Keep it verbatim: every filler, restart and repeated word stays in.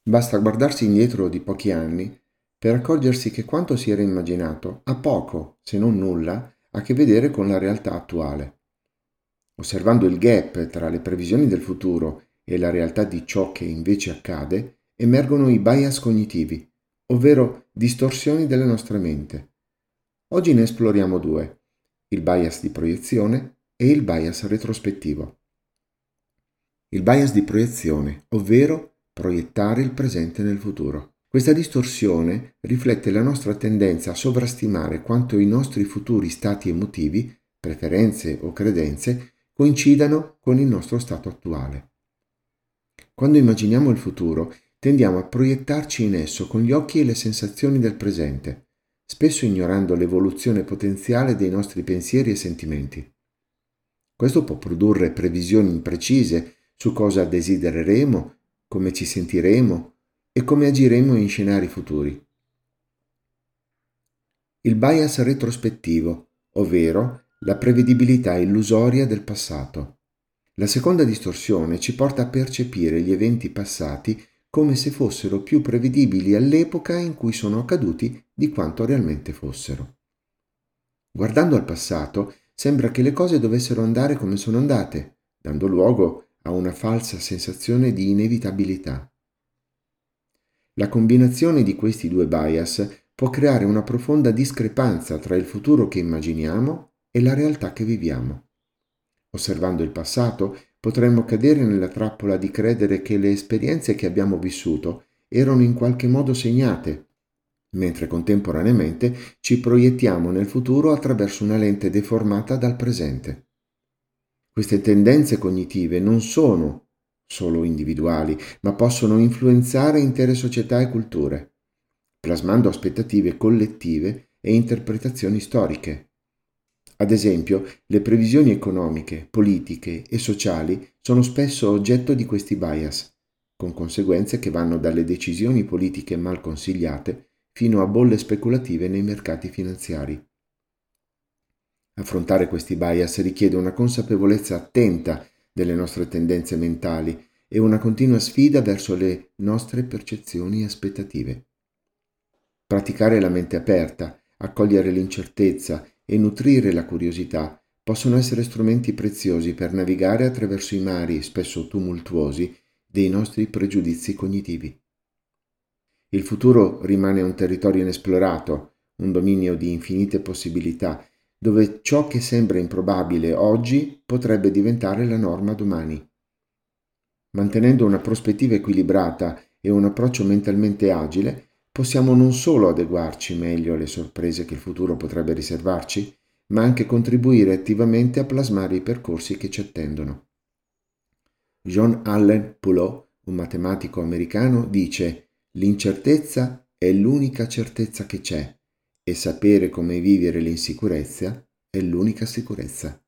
Basta guardarsi indietro di pochi anni per accorgersi che quanto si era immaginato ha poco, se non nulla, a che vedere con la realtà attuale. Osservando il gap tra le previsioni del futuro e la realtà di ciò che invece accade, emergono i bias cognitivi, ovvero distorsioni della nostra mente. Oggi ne esploriamo due, il bias di proiezione e il bias retrospettivo. Il bias di proiezione, ovvero proiettare il presente nel futuro. Questa distorsione riflette la nostra tendenza a sovrastimare quanto i nostri futuri stati emotivi, preferenze o credenze coincidano con il nostro stato attuale. Quando immaginiamo il futuro, tendiamo a proiettarci in esso con gli occhi e le sensazioni del presente, spesso ignorando l'evoluzione potenziale dei nostri pensieri e sentimenti. Questo può produrre previsioni imprecise su cosa desidereremo, come ci sentiremo e come agiremo in scenari futuri. Il bias retrospettivo, ovvero la prevedibilità illusoria del passato. La seconda distorsione ci porta a percepire gli eventi passati come se fossero più prevedibili all'epoca in cui sono accaduti di quanto realmente fossero. Guardando al passato, sembra che le cose dovessero andare come sono andate, dando luogo a una falsa sensazione di inevitabilità. La combinazione di questi due bias può creare una profonda discrepanza tra il futuro che immaginiamo e la realtà che viviamo. Osservando il passato, potremmo cadere nella trappola di credere che le esperienze che abbiamo vissuto erano in qualche modo segnate, mentre contemporaneamente ci proiettiamo nel futuro attraverso una lente deformata dal presente. Queste tendenze cognitive non sono solo individuali, ma possono influenzare intere società e culture, plasmando aspettative collettive e interpretazioni storiche. Ad esempio, le previsioni economiche, politiche e sociali sono spesso oggetto di questi bias, con conseguenze che vanno dalle decisioni politiche mal consigliate fino a bolle speculative nei mercati finanziari. Affrontare questi bias richiede una consapevolezza attenta delle nostre tendenze mentali e una continua sfida verso le nostre percezioni e aspettative. Praticare la mente aperta, accogliere l'incertezza e nutrire la curiosità possono essere strumenti preziosi per navigare attraverso i mari, spesso tumultuosi, dei nostri pregiudizi cognitivi. Il futuro rimane un territorio inesplorato, un dominio di infinite possibilità, dove ciò che sembra improbabile oggi potrebbe diventare la norma domani. Mantenendo una prospettiva equilibrata e un approccio mentalmente agile, possiamo non solo adeguarci meglio alle sorprese che il futuro potrebbe riservarci, ma anche contribuire attivamente a plasmare i percorsi che ci attendono. John Allen Poulos, un matematico americano, dice: «L'incertezza è l'unica certezza che c'è e sapere come vivere l'insicurezza è l'unica sicurezza».